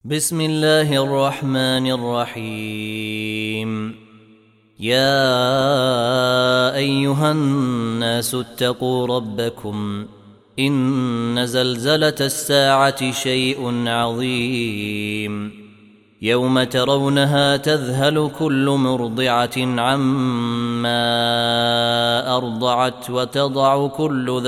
بسم الله الرحمن الرحيم. يا أيها الناس اتقوا ربكم إن زلزلة الساعة شيء عظيم، يوم ترونها تذهل كل مرضعة عما أرضعت وتضع كل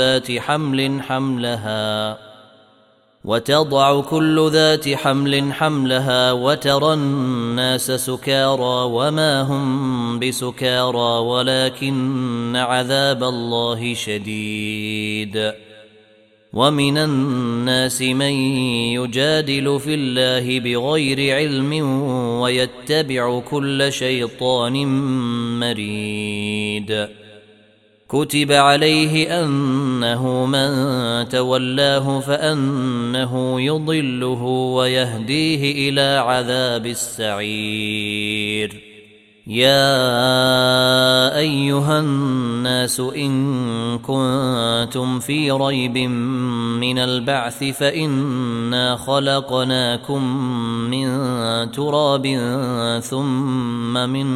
ذات حمل حملها وترى الناس سكارى وما هم بسكارى ولكن عذاب الله شديد. ومن الناس من يجادل في الله بغير علم ويتبع كل شيطان مريد. كتب عليه أنه من تولاه فأنه يضله ويهديه إلى عذاب السعير. يا أيها الناس إن كنتم في ريب من البعث فإنا خلقناكم من تراب ثم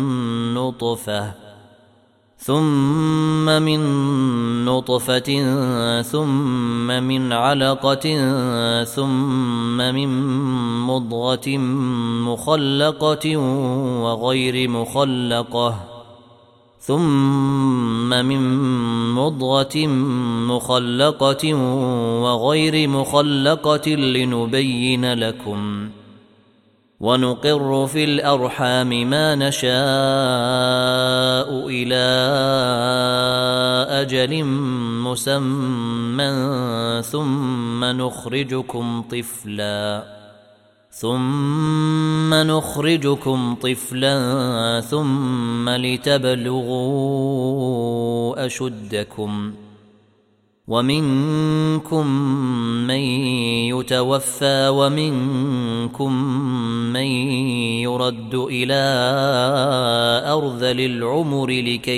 من نطفة ثم من علقة ثم من مضغة مخلقة وغير مخلقة لنبين لكم، ونقر في الأرحام ما نشاء إلى أجل مسمى ثم نخرجكم طفلا ثم لتبلغوا أشدكم، ومنكم من يتوفى ومنكم من يرد إلى أرذل العمر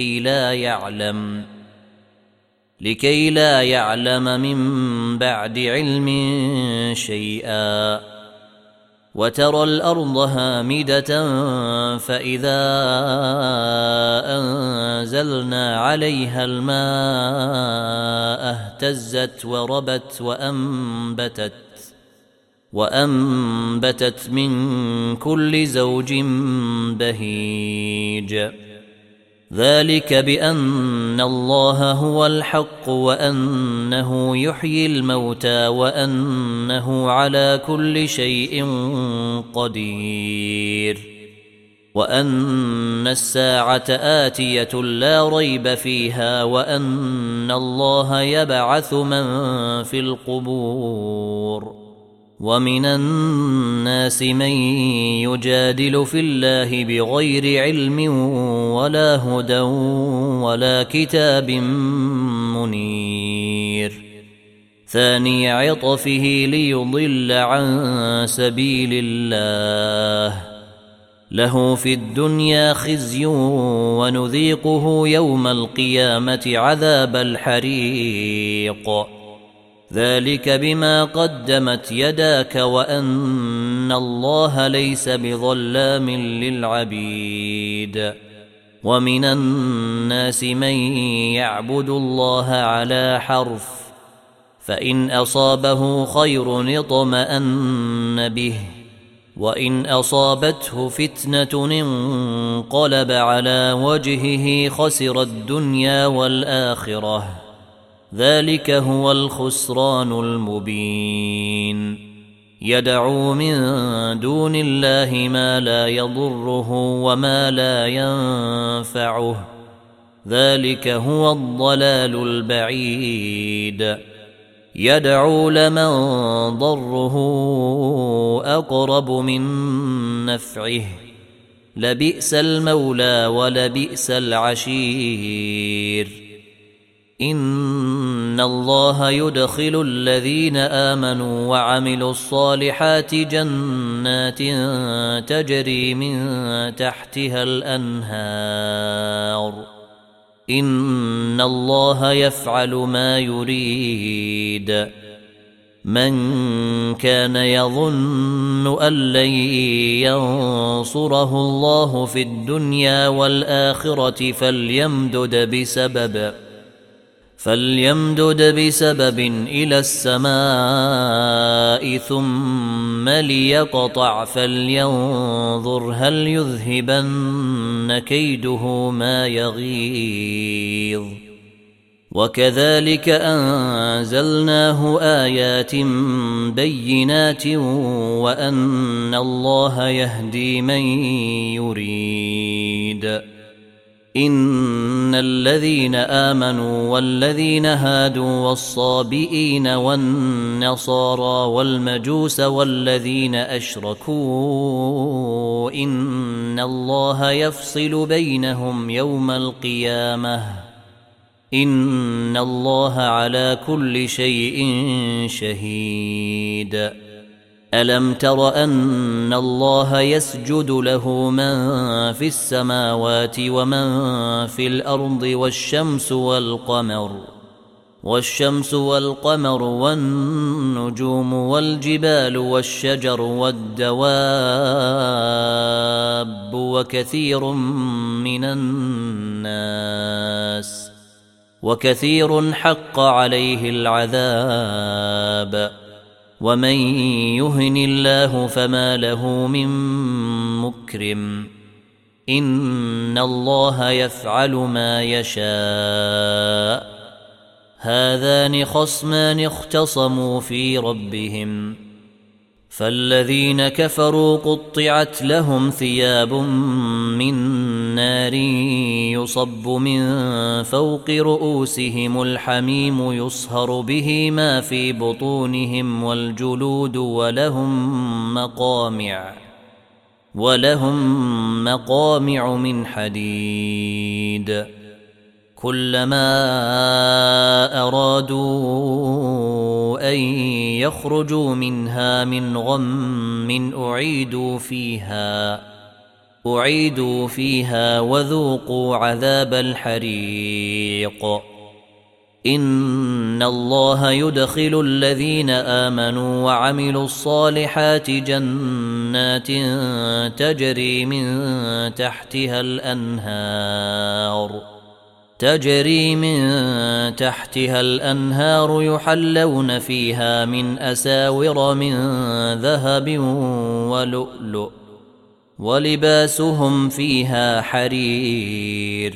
لكي لا يعلم من بعد علم شيئا. وترى الأرض هامدة فإذا أنزلنا عليها الماء اهتزت وربت وأنبتت من كل زوج بهيج. ذلك بأن الله هو الحق وأنه يحيي الموتى وأنه على كل شيء قدير، وأن الساعة آتية لا ريب فيها، وأن الله يبعث من في القبور. ومن الناس من يجادل في الله بغير علم ولا هدى ولا كتاب منير، ثاني عطفه ليضل عن سبيل الله، له في الدنيا خزي ونذيقه يوم القيامة عذاب الحريق. ذلك بما قدمت يداك وأن الله ليس بظلام للعبيد. ومن الناس من يعبد الله على حرف، فإن أصابه خير اطمأن به، وإن أصابته فتنة انقلب على وجهه خسر الدنيا والآخرة. ذلك هو الخسران المبين. يدعو من دون الله ما لا يضره وما لا ينفعه، ذلك هو الضلال البعيد. يدعو لمن ضره أقرب من نفعه، لبئس المولى ولبئس العشير. إن الله يدخل الذين آمنوا وعملوا الصالحات جنات تجري من تحتها الأنهار، إن الله يفعل ما يريد. من كان يظن أن لن ينصره الله في الدنيا والآخرة فليمدد بسبب إلى السماء ثم ليقطع فلينظر هل يذهبن كيده ما يغيظ. وكذلك أنزلناه آيات بينات وأن الله يهدي من يريد. إن الذين آمنوا والذين هادوا والصابئين والنصارى والمجوس والذين أشركوا إن الله يفصل بينهم يوم القيامة إن الله على كل شيء شهيد. ألم تر أن الله يسجد له من في السماوات ومن في الأرض والشمس والقمر والنجوم والجبال والشجر والدواب وكثير حق عليه العذاب ومن يهن الله فما له من مكرم إن الله يفعل ما يشاء. هذان خصمان اختصموا في ربهم فالذين كفروا قطعت لهم ثياب من نار يصب من فوق رؤوسهم الحميم يصهر به ما في بطونهم والجلود ولهم مقامع من حديد. كلما أرادوا أن يخرجوا منها من غم أعيدوا فيها وذوقوا عذاب الحريق. إن الله يدخل الذين آمنوا وعملوا الصالحات جنات تجري من تحتها الأنهار يحلون فيها من أساور من ذهب ولؤلؤ ولباسهم فيها حرير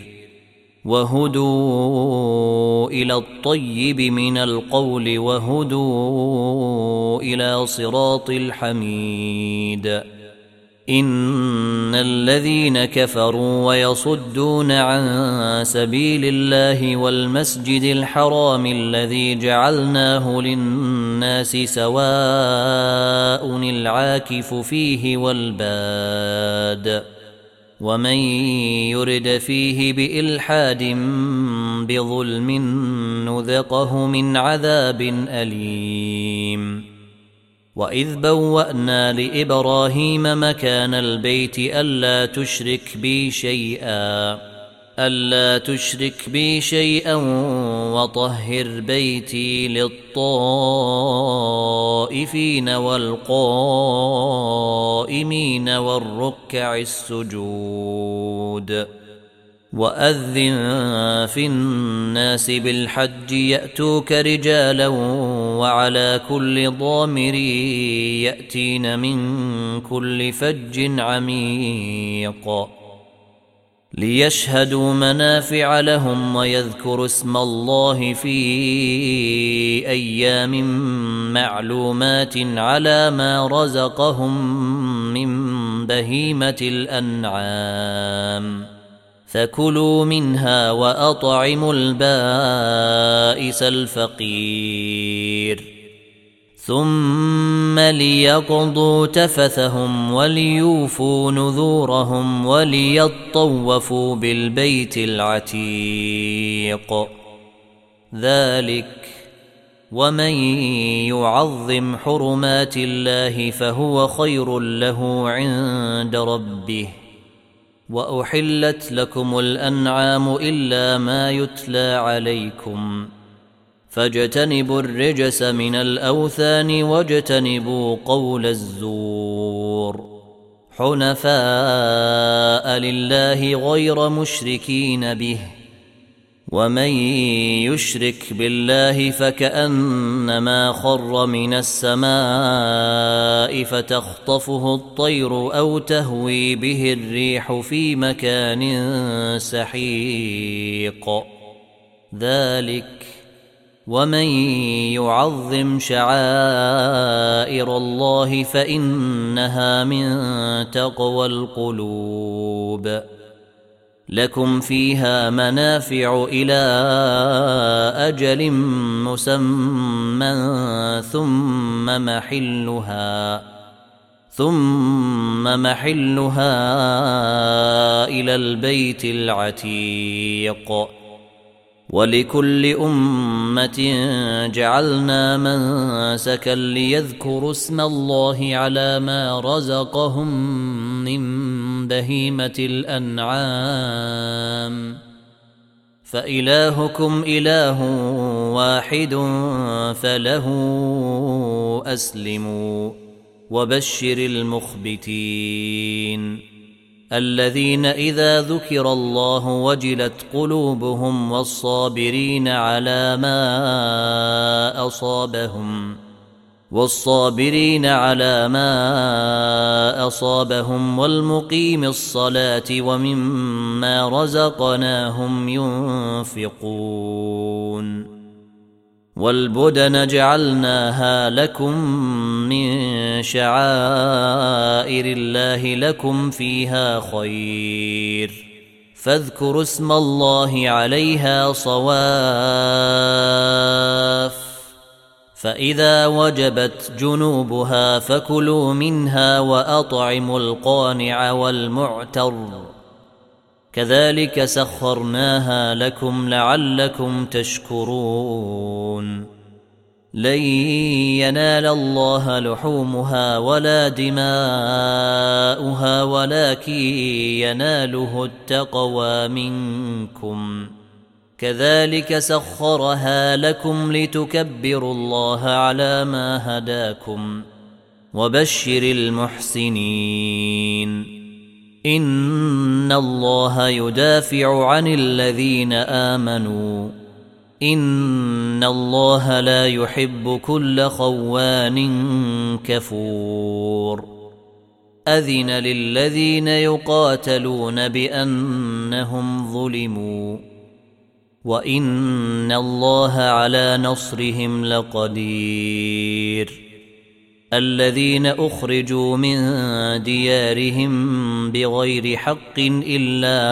وهدوا إلى الطيب من القول وهدوا إلى صراط الحميد. إن الذين كفروا ويصدون عن سبيل الله والمسجد الحرام الذي جعلناه للناس سواء العاكف فيه والباد ومن يرد فيه بإلحاد بظلم نذقه من عذاب أليم. وإذ بوأنا لإبراهيم مكان البيت ألا تشرك بي شيئا وطهر بيتي للطائفين والقائمين والركع السجود. وأذن في الناس بالحج يأتوك رجالا وعلى كل ضامر يأتين من كل فج عميق ليشهدوا منافع لهم ويذكروا اسم الله في أيام معلومات على ما رزقهم من بهيمة الأنعام فكلوا منها وأطعموا البائس الفقير ثم ليقضوا تفثهم وليوفوا نذورهم وليطوفوا بالبيت العتيق. ذلك ومن يعظم حرمات الله فهو خير له عند ربه. وأحلت لكم الأنعام إلا ما يتلى عليكم فاجتنبوا الرجس من الأوثان واجتنبوا قول الزور حنفاء لله غير مشركين به ومن يشرك بالله فكأنما خر من السماء فتخطفه الطير أو تهوي به الريح في مكان سحيق ذلك ومن يعظم شعائر الله فإنها من تقوى القلوب لكم فيها منافع إلى أجل مسمى ثم محلها إلى البيت العتيق ولكل أمة جعلنا منسكا ليذكروا اسم الله على ما رزقهم من بهيمة الأنعام فإلهكم إله واحد فله أسلموا وبشر المخبتين الذين إذا ذكر الله وجلت قلوبهم والصابرين على ما أصابهم والمقيم الصلاة ومما رزقناهم ينفقون والبدن جعلناها لكم من شعائر الله لكم فيها خير فاذكروا اسم الله عليها صواف فإذا وجبت جنوبها فكلوا منها وأطعموا القانع والمعتر كذلك سخرناها لكم لعلكم تشكرون لن ينال الله لحومها ولا دماؤها ولكن يناله التقوى منكم كذلك سخرها لكم لتكبروا الله على ما هداكم وبشر المحسنين إن الله يدافع عن الذين آمنوا إن الله لا يحب كل خوان كفور أذن للذين يقاتلون بأنهم ظلموا وإن الله على نصرهم لقدير الذين أخرجوا من ديارهم بغير حق إلا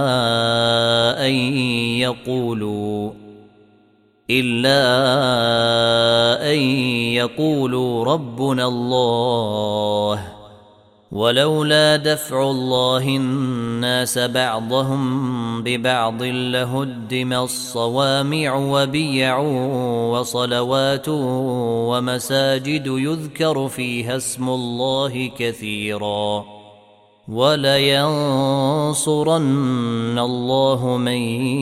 أن يقولوا ربنا الله ولولا دفع الله الناس بعضهم ببعض لهدمت صوامع وبيع وصلوات ومساجد يذكر فيها اسم الله كثيرا ولينصرن الله من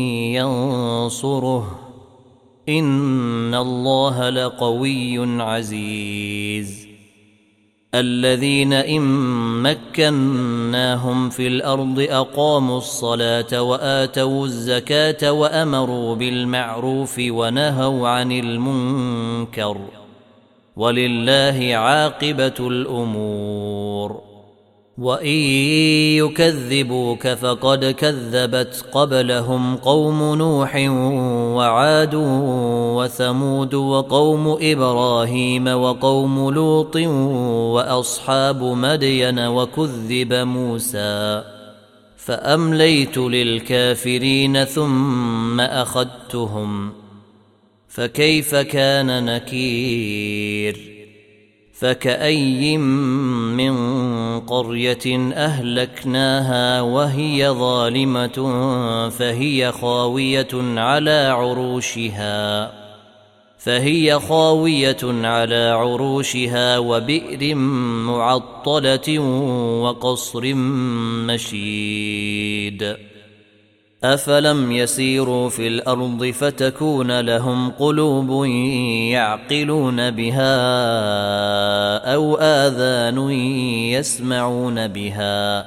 ينصره إن الله لقوي عزيز الذين إن مكناهم في الأرض أقاموا الصلاة وآتوا الزكاة وأمروا بالمعروف ونهوا عن المنكر ولله عاقبة الأمور وإن يكذبوك فقد كذبت قبلهم قوم نوح وعاد وثمود وقوم إبراهيم وقوم لوط وأصحاب مدين وكذب موسى فأمليت للكافرين ثم أخذتهم فكيف كان نكير فكأي من قرية أهلكناها وهي ظالمة فهي خاوية على عروشها وبئر معطلة وقصر مشيد أفلم يسيروا في الأرض فتكون لهم قلوب يعقلون بها أو آذان يسمعون بها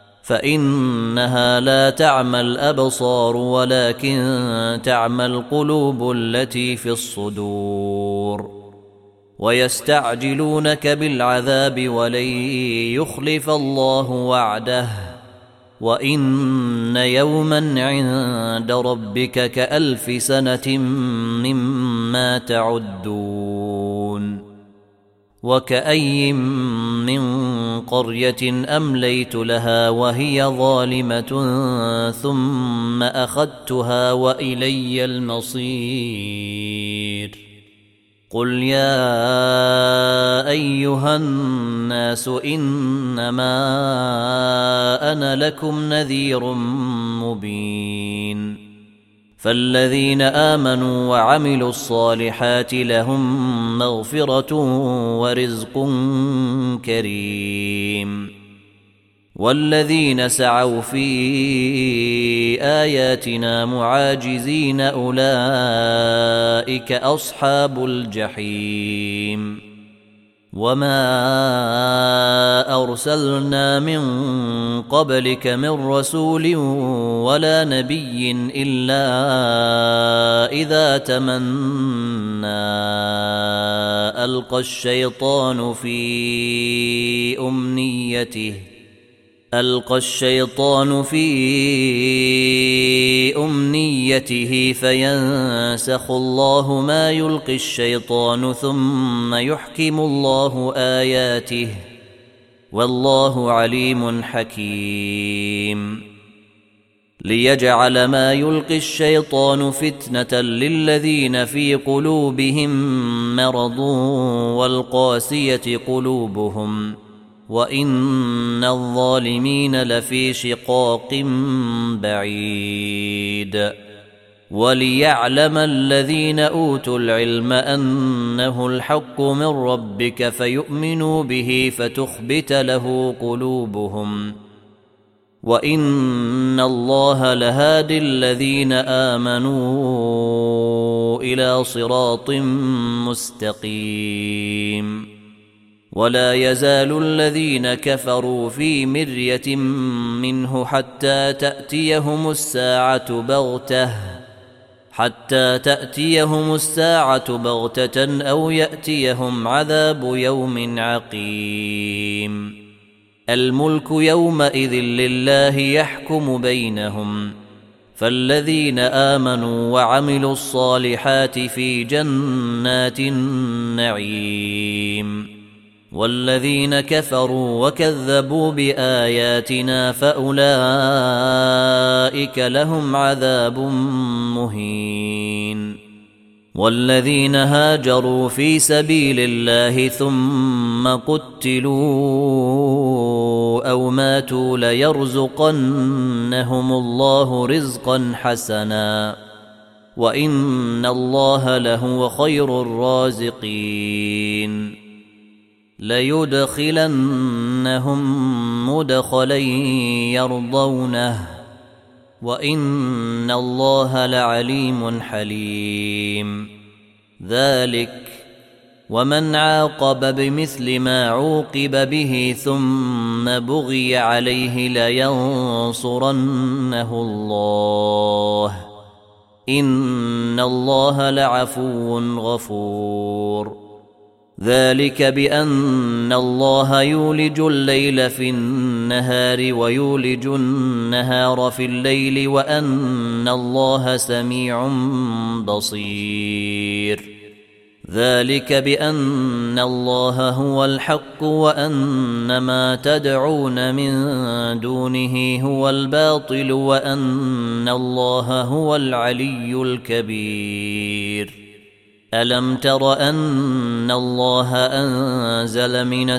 فإنها لا تعمى الأبصار ولكن تعمى القلوب التي في الصدور ويستعجلونك بالعذاب ولن يخلف الله وعده وإن يوما عند ربك كألف سنة مما تعدون وكأي من قرية أمليت لها وهي ظالمة ثم أخذتها وإلي المصير قل يا أيها الناس إنما أنا لكم نذير مبين فالذين آمنوا وعملوا الصالحات لهم مغفرة ورزق كريم والذين سعوا في آياتنا معاجزين أولئك أصحاب الجحيم وما أرسلنا من قبلك من رسول ولا نبي إلا إذا تمنى ألقى الشيطان في أمنيته فينسخ الله ما يلقي الشيطان ثم يحكم الله آياته والله عليم حكيم ليجعل ما يلقي الشيطان فتنة للذين في قلوبهم مرض والقاسية قلوبهم وإن الظالمين لفي شقاق بعيد وليعلم الذين أوتوا العلم أنه الحق من ربك فيؤمنوا به فتخبت له قلوبهم وإن الله لهادي الذين آمنوا إلى صراط مستقيم ولا يزال الذين كفروا في مرية منه حتى تأتيهم الساعة بغتة أو يأتيهم عذاب يوم عقيم الملك يومئذ لله يحكم بينهم فالذين آمنوا وعملوا الصالحات في جنات النعيم والذين كفروا وكذبوا بآياتنا فأولئك لهم عذاب مهين والذين هاجروا في سبيل الله ثم قتلوا أو ماتوا ليرزقنهم الله رزقا حسنا وإن الله لهو خير الرازقين ليدخلنهم مدخلا يرضونه وإن الله لعليم حليم ذلك ومن عاقب بمثل ما عوقب به ثم بغي عليه لينصرنه الله إن الله لعفو غفور ذلك بأن الله يولج الليل في النهار ويولج النهار في الليل وأن الله سميع بصير ذلك بأن الله هو الحق وأن ما تدعون من دونه هو الباطل وأن الله هو العلي الكبير ألم تر أن الله أنزل من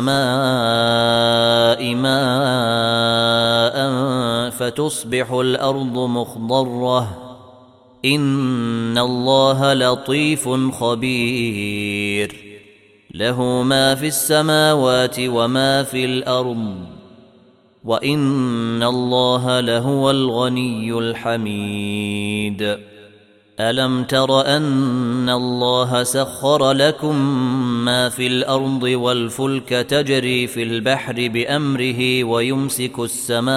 السماء ماء فتصبح الأرض مخضرة إن الله لطيف خبير له ما في السماوات وما في الأرض وإن الله لهو الغني الحميد. ألم تر أن الله سخر لكم ما في الأرض والفلك تجري في البحر بأمره ويمسك السماء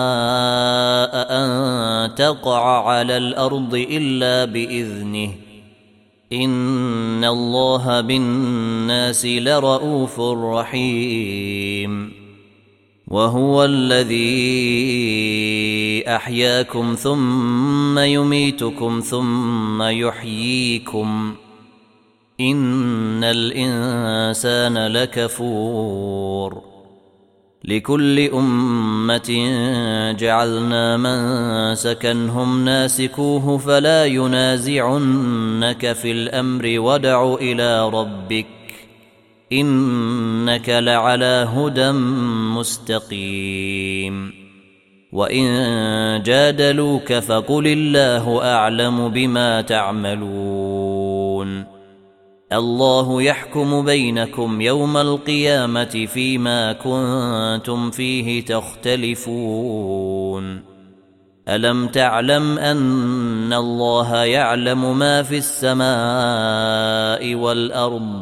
أن تقع على الأرض إلا بإذنه إن الله بالناس لرءوف رحيم. وهو الذي أحياكم ثم يميتكم ثم يحييكم إن الإنسان لكفور. لكل أمة جعلنا منسكا هم ناسكوه فلا ينازعنك في الأمر وادع إلى ربك إنك لعلى هدى مستقيم. وإن جادلوك فقل الله أعلم بما تعملون. الله يحكم بينكم يوم القيامة فيما كنتم فيه تختلفون. ألم تعلم أن الله يعلم ما في السماء والأرض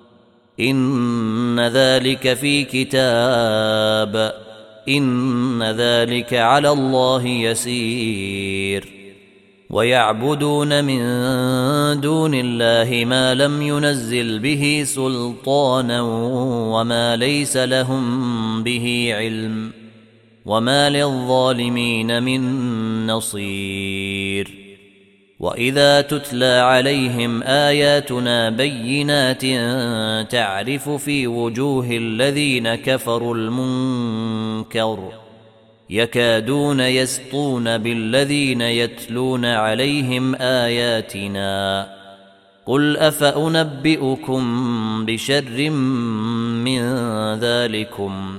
إن ذلك في كتاب إن ذلك على الله يسير. ويعبدون من دون الله ما لم ينزل به سلطانا وما ليس لهم به علم وما للظالمين من نصير. وإذا تتلى عليهم آياتنا بينات تعرف في وجوه الذين كفروا المنكر يكادون يسطون بالذين يتلون عليهم آياتنا قل أفأنبئكم بشر من ذلكم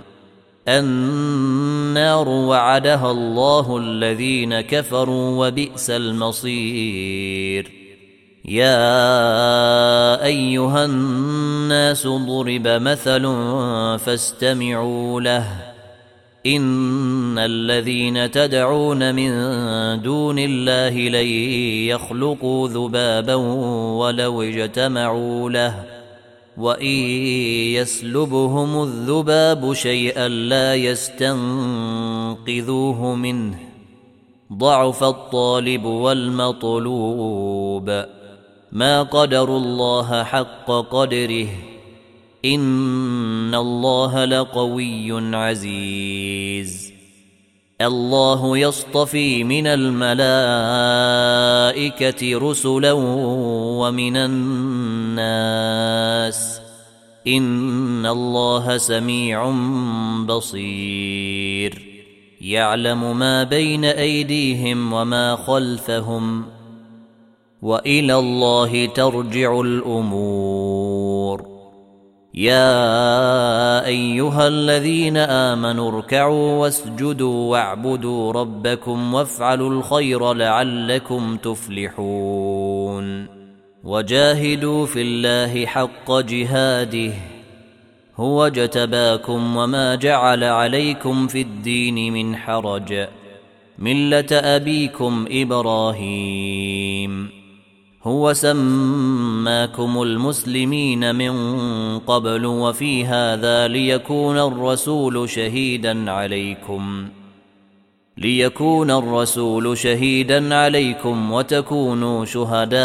النار وعدها الله الذين كفروا وبئس المصير. يا أيها الناس ضرب مثل فاستمعوا له إن الذين تدعون من دون الله لن يخلقوا ذبابا ولو اجتمعوا له وإن يسلبهم الذباب شيئا لا يستنقذوه منه ضعف الطالب والمطلوب. ما قدروا الله حق قدره إن الله لقوي عزيز. الله يصطفي من الملائكة رسلا ومن الناس إن الله سميع بصير. يعلم ما بين أيديهم وما خلفهم وإلى الله ترجع الأمور. يا أيها الذين آمنوا اركعوا واسجدوا واعبدوا ربكم وافعلوا الخير لعلكم تفلحون. وجاهدوا في الله حق جهاده هو اجتباكم وما جعل عليكم في الدين من حرج ملة أبيكم إبراهيم هو سماكم المسلمين من قبل وفي هذا ليكون الرسول شهيدا عليكم وتكونوا شهداء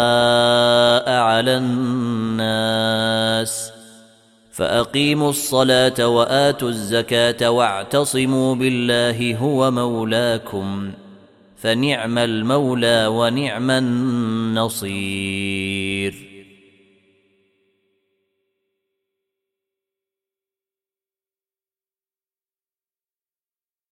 على الناس فأقيموا الصلاة وآتوا الزكاة واعتصموا بالله هو مولاكم فنعم المولى ونعم النصير.